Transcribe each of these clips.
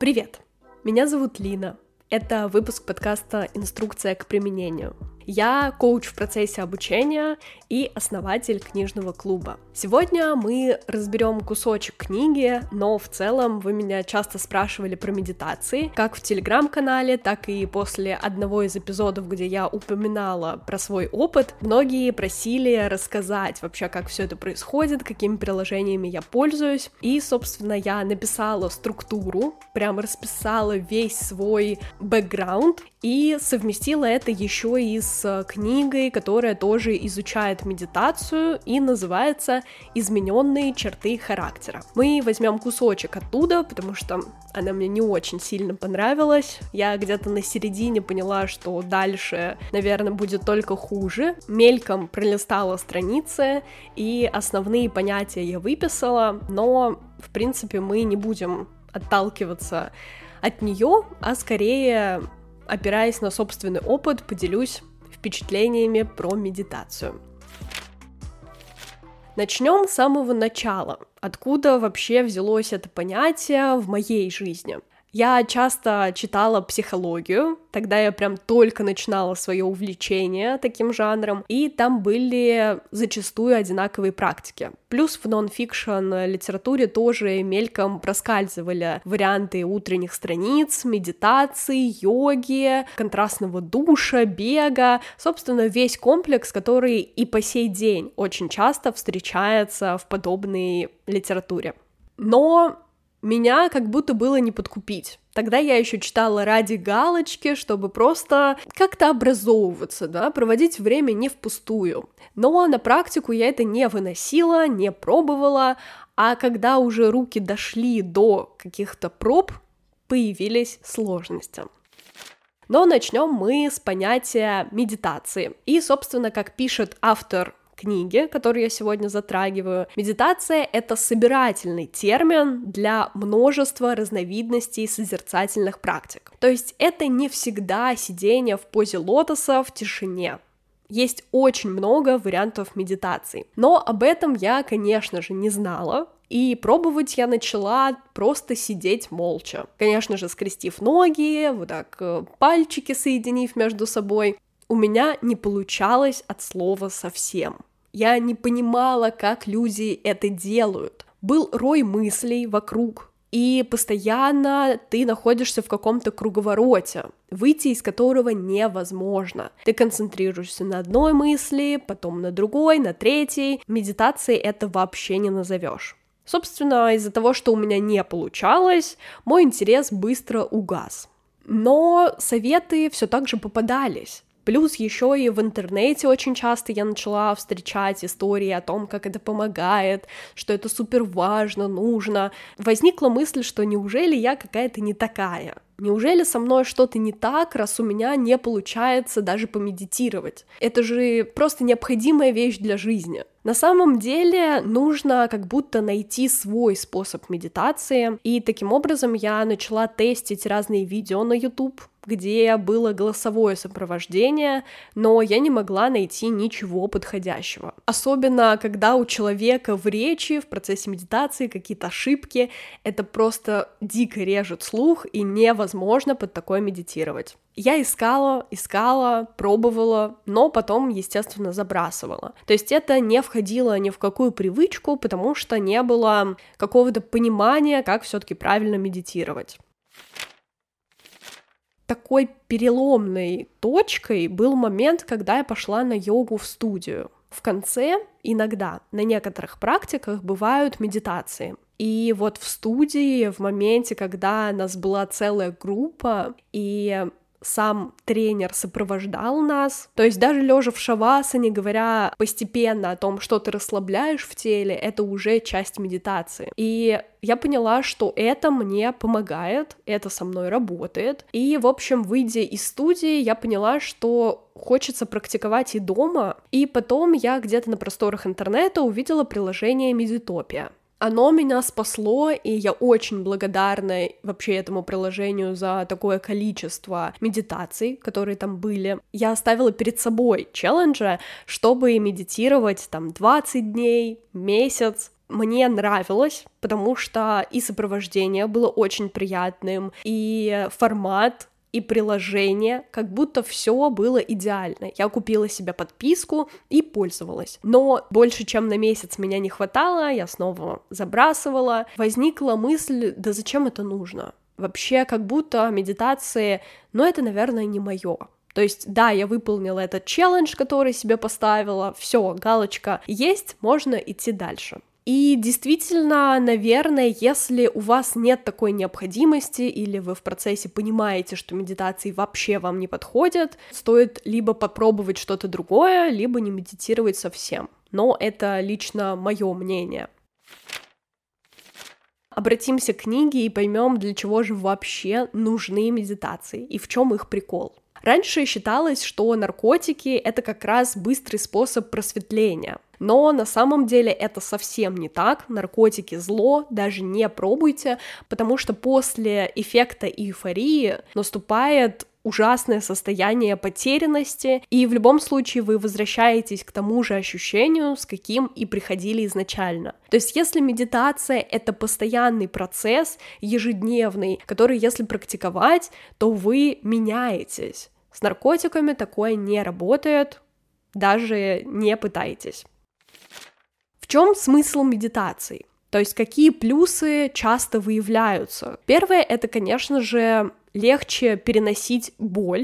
Привет! Меня зовут Лина. Это выпуск подкаста «Инструкция к применению». Я коуч в процессе обучения и основатель книжного клуба. Сегодня мы разберем кусочек книги, но в целом вы меня часто спрашивали про медитации, как в телеграм-канале, так и после одного из эпизодов, где я упоминала про свой опыт. Многие просили рассказать вообще, как все это происходит, какими приложениями я пользуюсь. И, собственно, я написала структуру, прямо расписала весь свой бэкграунд и совместила это еще и с книгой, которая тоже изучает медитацию и называется «Измененные черты характера». Мы возьмем кусочек оттуда, потому что она мне не очень сильно понравилась. Я где-то на середине поняла, что дальше, наверное, будет только хуже. Мельком пролистала страницы, и основные понятия я выписала, но, в принципе, мы не будем отталкиваться от нее, а скорее, опираясь на собственный опыт, поделюсь впечатлениями про медитацию. Начнем с самого начала. Откуда вообще взялось это понятие в моей жизни? Я часто читала психологию, тогда я прям только начинала свое увлечение таким жанром, и там были зачастую одинаковые практики. Плюс в нон-фикшн литературе тоже мельком проскальзывали варианты утренних страниц, медитации, йоги, контрастного душа, бега, собственно, весь комплекс, который и по сей день очень часто встречается в подобной литературе. Но меня как будто было не подкупить. Тогда я еще читала ради галочки, чтобы просто как-то образовываться, да, проводить время не впустую. Но на практику я это не выносила, не пробовала, а когда уже руки дошли до каких-то проб, появились сложности. Но начнем мы с понятия медитации. И, собственно, как пишет автор книги, которую я сегодня затрагиваю, медитация — это собирательный термин для множества разновидностей созерцательных практик. То есть это не всегда сидение в позе лотоса в тишине. Есть очень много вариантов медитации. Но об этом я, конечно же, не знала, и пробовать я начала просто сидеть молча. Конечно же, скрестив ноги, вот так пальчики соединив между собой. У меня не получалось от слова совсем. Я не понимала, как люди это делают. Был рой мыслей вокруг, и постоянно ты находишься в каком-то круговороте, выйти из которого невозможно. Ты концентрируешься на одной мысли, потом на другой, на третьей. Медитацией это вообще не назовешь. Собственно, из-за того, что у меня не получалось, мой интерес быстро угас. Но советы все так же попадались. Плюс еще и в интернете очень часто я начала встречать истории о том, как это помогает, что это супер важно, нужно. Возникла мысль, что неужели я какая-то не такая? Неужели со мной что-то не так, раз у меня не получается даже помедитировать? Это же просто необходимая вещь для жизни. На самом деле нужно как будто найти свой способ медитации, и таким образом я начала тестить разные видео на YouTube, где было голосовое сопровождение, но я не могла найти ничего подходящего. Особенно, когда у человека в речи, в процессе медитации какие-то ошибки, это просто дико режет слух, и невозможно под такое медитировать. Я искала, пробовала, но потом, естественно, забрасывала. То есть это не входило ни в какую привычку, потому что не было какого-то понимания, как все-таки правильно медитировать. Такой переломной точкой был момент, когда я пошла на йогу в студию. В конце иногда на некоторых практиках бывают медитации. И вот в студии, в моменте, когда нас была целая группа, и сам тренер сопровождал нас, то есть даже лежа в шавасане, говоря постепенно о том, что ты расслабляешь в теле, это уже часть медитации. И я поняла, что это мне помогает, это со мной работает. И, в общем, выйдя из студии, я поняла, что хочется практиковать и дома. И потом я где-то на просторах интернета увидела приложение Медитопия. Оно меня спасло, и я очень благодарна вообще этому приложению за такое количество медитаций, которые там были. Я оставила перед собой челленджи, чтобы медитировать там 20 дней, месяц. мне нравилось, потому что и сопровождение было очень приятным, и формат, и приложение, как будто все было идеально. Я купила себе подписку и пользовалась. Но больше чем на месяц меня не хватало, я снова забрасывала. Возникла мысль, да зачем это нужно? Вообще, как будто медитации, это, наверное, не моё. То есть, да, я выполнила этот челлендж, который себе поставила, все, галочка есть, можно идти дальше. И действительно, наверное, если у вас нет такой необходимости или вы в процессе понимаете, что медитации вообще вам не подходят, стоит либо попробовать что-то другое, либо не медитировать совсем. Но это лично мое мнение. Обратимся к книге и поймем, для чего же вообще нужны медитации и в чем их прикол. Раньше считалось, что наркотики — это как раз быстрый способ просветления. Но на самом деле это совсем не так. Наркотики — зло, даже не пробуйте, потому что после эффекта эйфории наступает ужасное состояние потерянности, и в любом случае вы возвращаетесь к тому же ощущению, с каким и приходили изначально. То есть если медитация — это постоянный процесс, ежедневный, который если практиковать, то вы меняетесь. С наркотиками такое не работает, даже не пытайтесь. В чем смысл медитации? То есть какие плюсы часто выявляются? Первое — это, конечно же, легче переносить боль,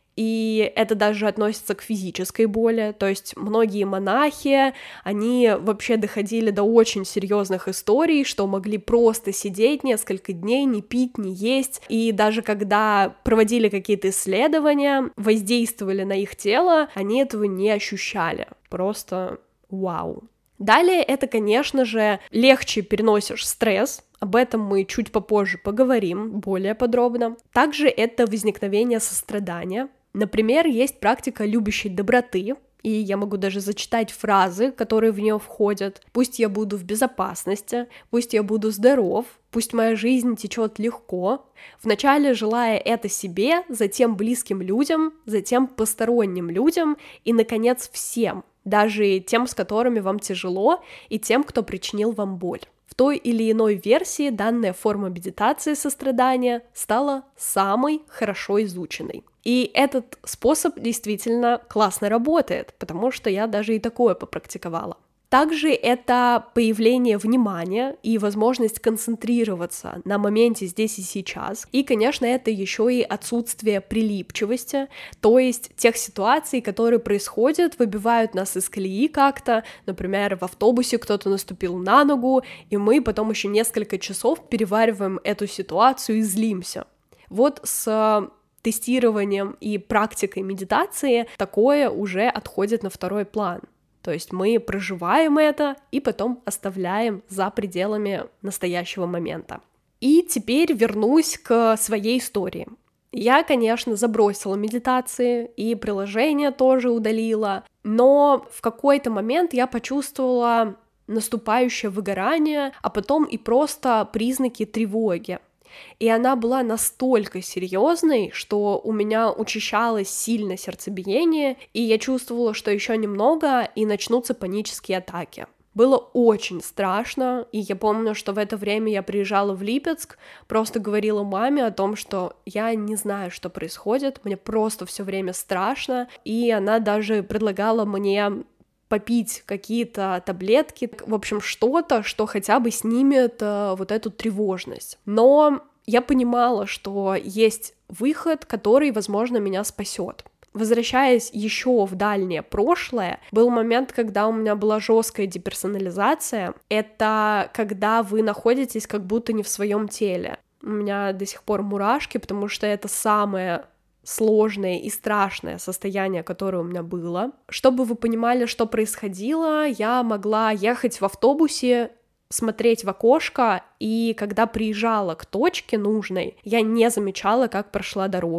и это даже относится к физической боли, то есть многие монахи, они вообще доходили до очень серьезных историй, что могли просто сидеть несколько дней, не пить, не есть, и даже когда проводили какие-то исследования, воздействовали на их тело, они этого не ощущали, просто вау. Далее это, конечно же, легче переносишь стресс, об этом мы чуть попозже поговорим более подробно. Также это возникновение сострадания. Например, есть практика любящей доброты, и я могу даже зачитать фразы, которые в нее входят. «Пусть я буду в безопасности», «Пусть я буду здоров», «Пусть моя жизнь течет легко». Вначале желая это себе, затем близким людям, затем посторонним людям и, наконец, всем, даже тем, с которыми вам тяжело, и тем, кто причинил вам боль. В той или иной версии данная форма медитации сострадания стала самой хорошо изученной. И этот способ действительно классно работает, потому что я даже и такое попрактиковала. Также это появление внимания и возможность концентрироваться на моменте здесь и сейчас. И, конечно, это еще и отсутствие прилипчивости, то есть тех ситуаций, которые происходят, выбивают нас из колеи как-то. Например, в автобусе кто-то наступил на ногу, и мы потом еще несколько часов перевариваем эту ситуацию и злимся. Вот с тестированием и практикой медитации такое уже отходит на второй план. То есть мы проживаем это и потом оставляем за пределами настоящего момента. И теперь вернусь к своей истории. Я, конечно, забросила медитации и приложение тоже удалила, но в какой-то момент я почувствовала наступающее выгорание, а потом и просто признаки тревоги. И она была настолько серьезной, что у меня учащалось сильно сердцебиение, и я чувствовала, что еще немного, и начнутся панические атаки. Было очень страшно, и я помню, что в это время я приезжала в Липецк, просто говорила маме о том, что я не знаю, что происходит, мне просто все время страшно, и она даже предлагала мне попить какие-то таблетки, в общем, что-то, что хотя бы снимет вот эту тревожность. Но я понимала, что есть выход, который, возможно, меня спасет. Возвращаясь еще в дальнее прошлое, был момент, когда у меня была жесткая деперсонализация. Это когда вы находитесь как будто не в своем теле. У меня до сих пор мурашки, потому что это самое сложное и страшное состояние, которое у меня было. Чтобы вы понимали, что происходило, я могла ехать в автобусе, смотреть в окошко, и когда приезжала к точке нужной, я не замечала, как прошла дорога.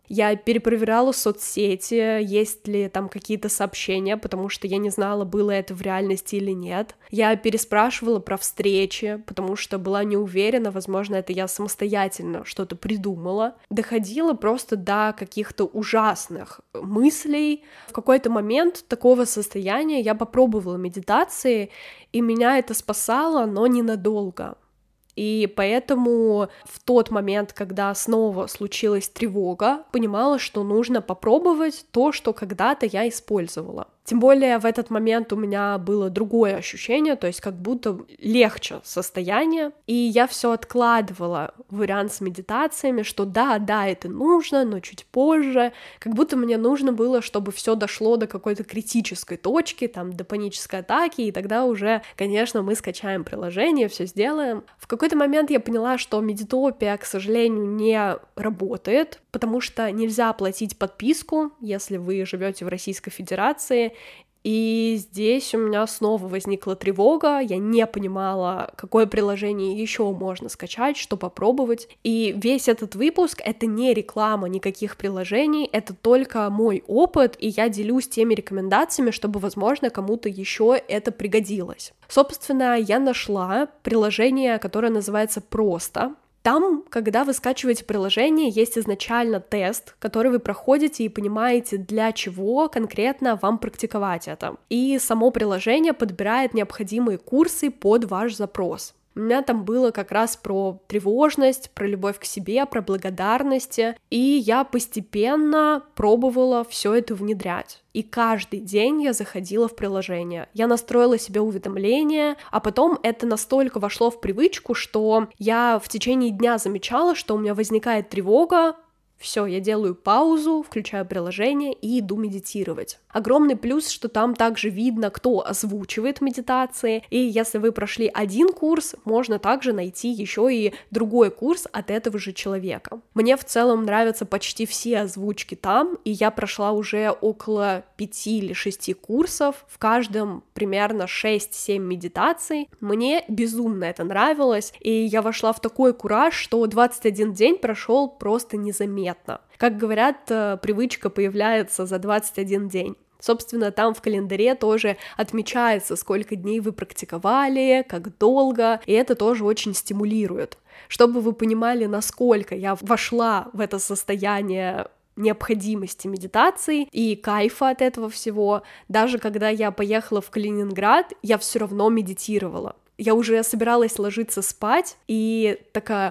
Я перепроверяла соцсети, есть ли там какие-то сообщения, потому что я не знала, было это в реальности или нет. Я переспрашивала про встречи, потому что была не уверена, возможно, это я самостоятельно что-то придумала. Доходила просто до каких-то ужасных мыслей. В какой-то момент такого состояния я попробовала медитации, и меня это спасало, но ненадолго. И поэтому в тот момент, когда снова случилась тревога, понимала, что нужно попробовать то, что когда-то я использовала. Тем более в этот момент у меня было другое ощущение, то есть как будто легче состояние, и я все откладывала вариант с медитациями, что да, это нужно, но чуть позже, как будто мне нужно было, чтобы все дошло до какой-то критической точки, там, до панической атаки, и тогда уже, конечно, мы скачаем приложение, все сделаем. В какой-то момент я поняла, что Медитопия, к сожалению, не работает, потому что нельзя оплатить подписку, если вы живете в Российской Федерации. И здесь у меня снова возникла тревога, я не понимала, какое приложение еще можно скачать, что попробовать. И весь этот выпуск — это не реклама никаких приложений, это только мой опыт, и я делюсь теми рекомендациями, чтобы, возможно, кому-то еще это пригодилось. Собственно, я нашла приложение, которое называется «Просто». Там, когда вы скачиваете приложение, есть изначально тест, который вы проходите и понимаете, для чего конкретно вам практиковать это. И само приложение подбирает необходимые курсы под ваш запрос. У меня там было как раз про тревожность, про любовь к себе, про благодарности, и я постепенно пробовала все это внедрять. И каждый день я заходила в приложение. Я настроила себе уведомления, а потом это настолько вошло в привычку, что я в течение дня замечала, что у меня возникает тревога. Все, я делаю паузу, включаю приложение и иду медитировать. Огромный плюс, что там также видно, кто озвучивает медитации, и если вы прошли один курс, можно также найти еще и другой курс от этого же человека. Мне в целом нравятся почти все озвучки там, и я прошла уже около 5 или 6 курсов, в каждом примерно 6-7 медитаций. Мне безумно это нравилось, и я вошла в такой кураж, что 21 день прошел просто незаметно. Как говорят, привычка появляется за 21 день. Собственно, там в календаре тоже отмечается, сколько дней вы практиковали, как долго, и это тоже очень стимулирует. Чтобы вы понимали, насколько я вошла в это состояние необходимости медитации и кайфа от этого всего, даже когда я поехала в Калининград, я все равно медитировала. Я уже собиралась ложиться спать, и такая: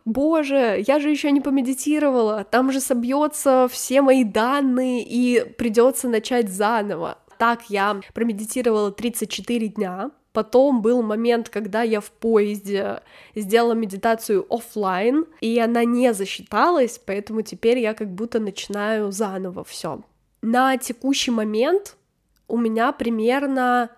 боже, я же еще не помедитировала, там же собьется все мои данные, и придется начать заново. Так я промедитировала 34 дня. Потом был момент, когда я в поезде сделала медитацию офлайн, и она не засчиталась, поэтому теперь я как будто начинаю заново все. На текущий момент у меня примерно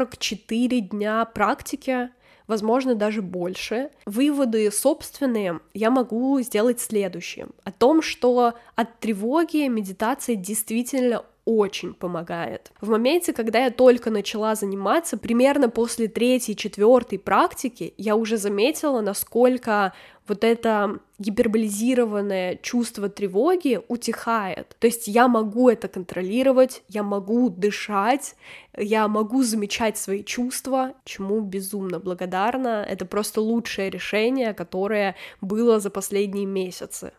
44 дня практики, возможно, даже больше. Выводы собственные я могу сделать следующим. О том, что от тревоги медитация действительно очень помогает. В моменте, когда я только начала заниматься, примерно после 3-4 практики, я уже заметила, насколько вот это гиперболизированное чувство тревоги утихает. То есть я могу это контролировать, я могу дышать, я могу замечать свои чувства, чему безумно благодарна. Это просто лучшее решение, которое было за последние месяцы.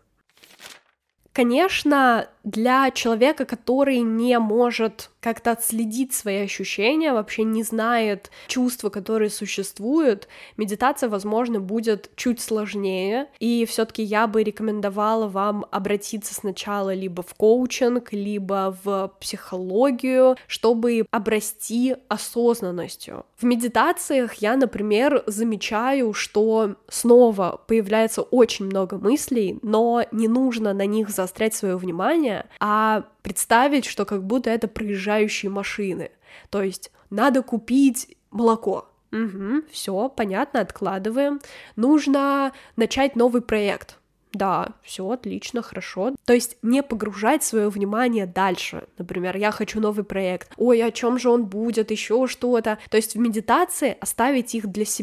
Конечно, для человека, который не может как-то отследить свои ощущения, вообще не знает чувства, которые существуют, медитация, возможно, будет чуть сложнее, и все-таки я бы рекомендовала вам обратиться сначала либо в коучинг, либо в психологию, чтобы обрасти осознанностью. В медитациях я, например, замечаю, что снова появляется очень много мыслей, но не нужно на них заострять свое внимание, а представить, что как будто это проезжающие машины. То есть надо купить молоко. Все, понятно, откладываем. Нужно начать новый проект. Да, все отлично, хорошо. То есть не погружать свое внимание дальше. Например, я хочу новый проект. Ой, о чем же он будет, еще что-то. То есть в медитации оставить их для себя.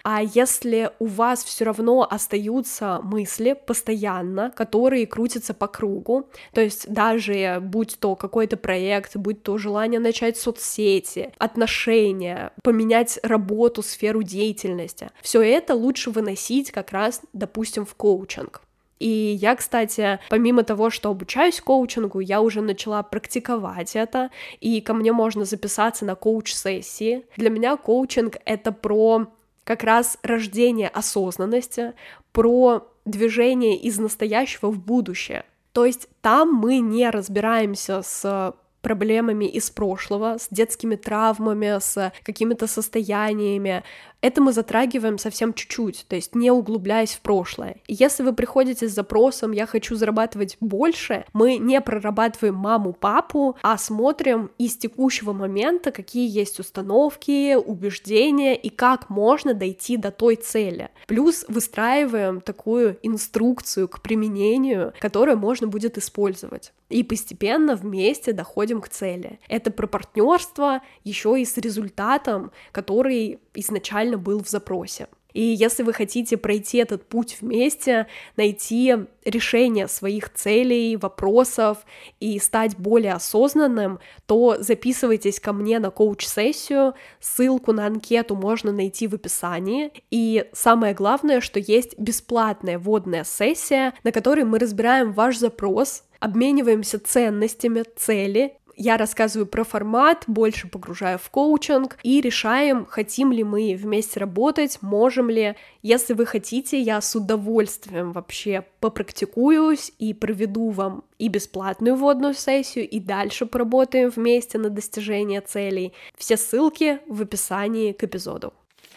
А если у вас все равно остаются мысли постоянно, которые крутятся по кругу, то есть даже будь то какой-то проект, будь то желание начать соцсети, отношения, поменять работу, сферу деятельности, все это лучше выносить как раз, допустим, в коучинг. И я, кстати, помимо того, что обучаюсь коучингу, я уже начала практиковать это, и ко мне можно записаться на коуч-сессии. Для меня коучинг — это про как раз рождение осознанности, про движение из настоящего в будущее. То есть там мы не разбираемся с проблемами из прошлого, с детскими травмами, с какими-то состояниями. Это мы затрагиваем совсем чуть-чуть, то есть не углубляясь в прошлое. И если вы приходите с запросом «я хочу зарабатывать больше», мы не прорабатываем маму-папу, а смотрим из текущего момента, какие есть установки, убеждения и как можно дойти до той цели. Плюс выстраиваем такую инструкцию к применению, которую можно будет использовать. И постепенно вместе доходим к цели. Это про партнерство еще и с результатом, который изначально был в запросе. И если вы хотите пройти этот путь вместе, найти решение своих целей, вопросов и стать более осознанным, то записывайтесь ко мне на коуч-сессию, ссылку на анкету можно найти в описании. И самое главное, что есть бесплатная вводная сессия, на которой мы разбираем ваш запрос, обмениваемся ценностями, цели. Я рассказываю про формат, больше погружаю в коучинг и решаем, хотим ли мы вместе работать, можем ли. Если вы хотите, я с удовольствием вообще попрактикуюсь и проведу вам и бесплатную вводную сессию, и дальше поработаем вместе на достижение целей. Все ссылки в описании к эпизоду.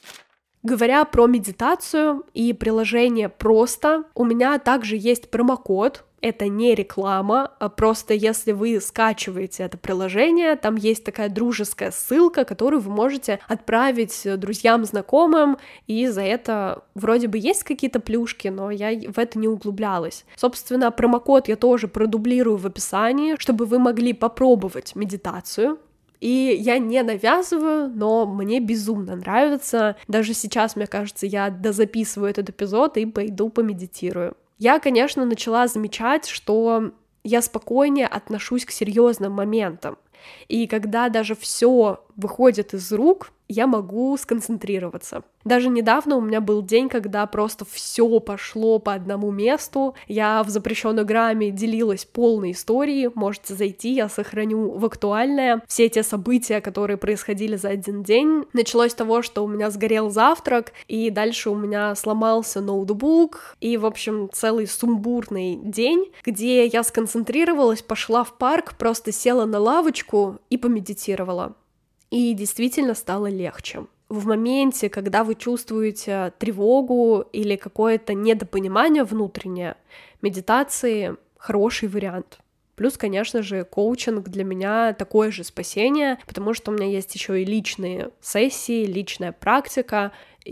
Говоря про медитацию и приложение «Просто», у меня также есть промокод. Это не реклама, а просто если вы скачиваете это приложение, там есть такая дружеская ссылка, которую вы можете отправить друзьям, знакомым, и за это вроде бы есть какие-то плюшки, но я в это не углублялась. Собственно, промокод я тоже продублирую в описании, чтобы вы могли попробовать медитацию. И я не навязываю, но мне безумно нравится. Даже сейчас, мне кажется, я дозаписываю этот эпизод и пойду помедитирую. Я, конечно, начала замечать, что я спокойнее отношусь к серьезным моментам. И когда даже все выходит из рук, я могу сконцентрироваться. Даже недавно у меня был день, когда просто все пошло по одному месту. Я в запрещенной грамме делилась полной историей. Можете зайти, я сохраню в актуальное все те события, которые происходили за один день. Началось с того, что у меня сгорел завтрак, и дальше у меня сломался ноутбук, и, в общем, целый сумбурный день, где я сконцентрировалась, пошла в парк, просто села на лавочку и помедитировала. И действительно стало легче. В моменте, когда вы чувствуете тревогу или какое-то недопонимание внутреннее, медитации — хороший вариант. Плюс, конечно же, коучинг для меня такое же спасение, потому что у меня есть еще и личные сессии, личная практика,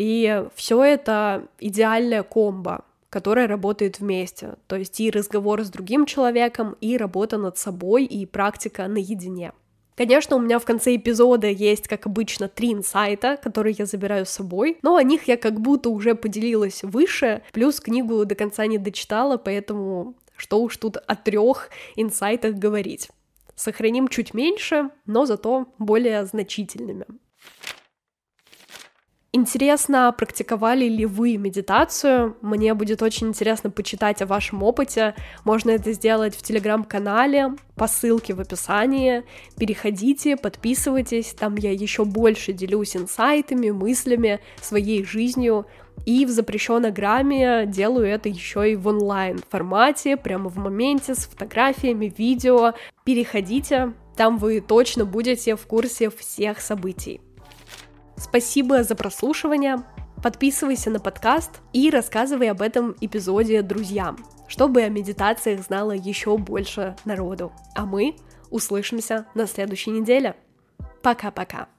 и все это идеальная комбо, которая работает вместе. То есть и разговор с другим человеком, и работа над собой, и практика наедине. Конечно, у меня в конце эпизода есть, как обычно, 3 инсайта, которые я забираю с собой, но о них я как будто уже поделилась выше, плюс книгу до конца не дочитала, поэтому что уж тут о 3 инсайтах говорить. Сохраним чуть меньше, но зато более значительными. Интересно, практиковали ли вы медитацию? Мне будет очень интересно почитать о вашем опыте. Можно это сделать в телеграм-канале, по ссылке в описании. Переходите, подписывайтесь, там я еще больше делюсь инсайтами, мыслями, своей жизнью. И в запрещенной грамме делаю это еще и в онлайн-формате, прямо в моменте, с фотографиями, видео. Переходите, там вы точно будете в курсе всех событий. Спасибо за прослушивание, подписывайся на подкаст и рассказывай об этом эпизоде друзьям, чтобы о медитациях знало еще больше народу. А мы услышимся на следующей неделе. Пока-пока.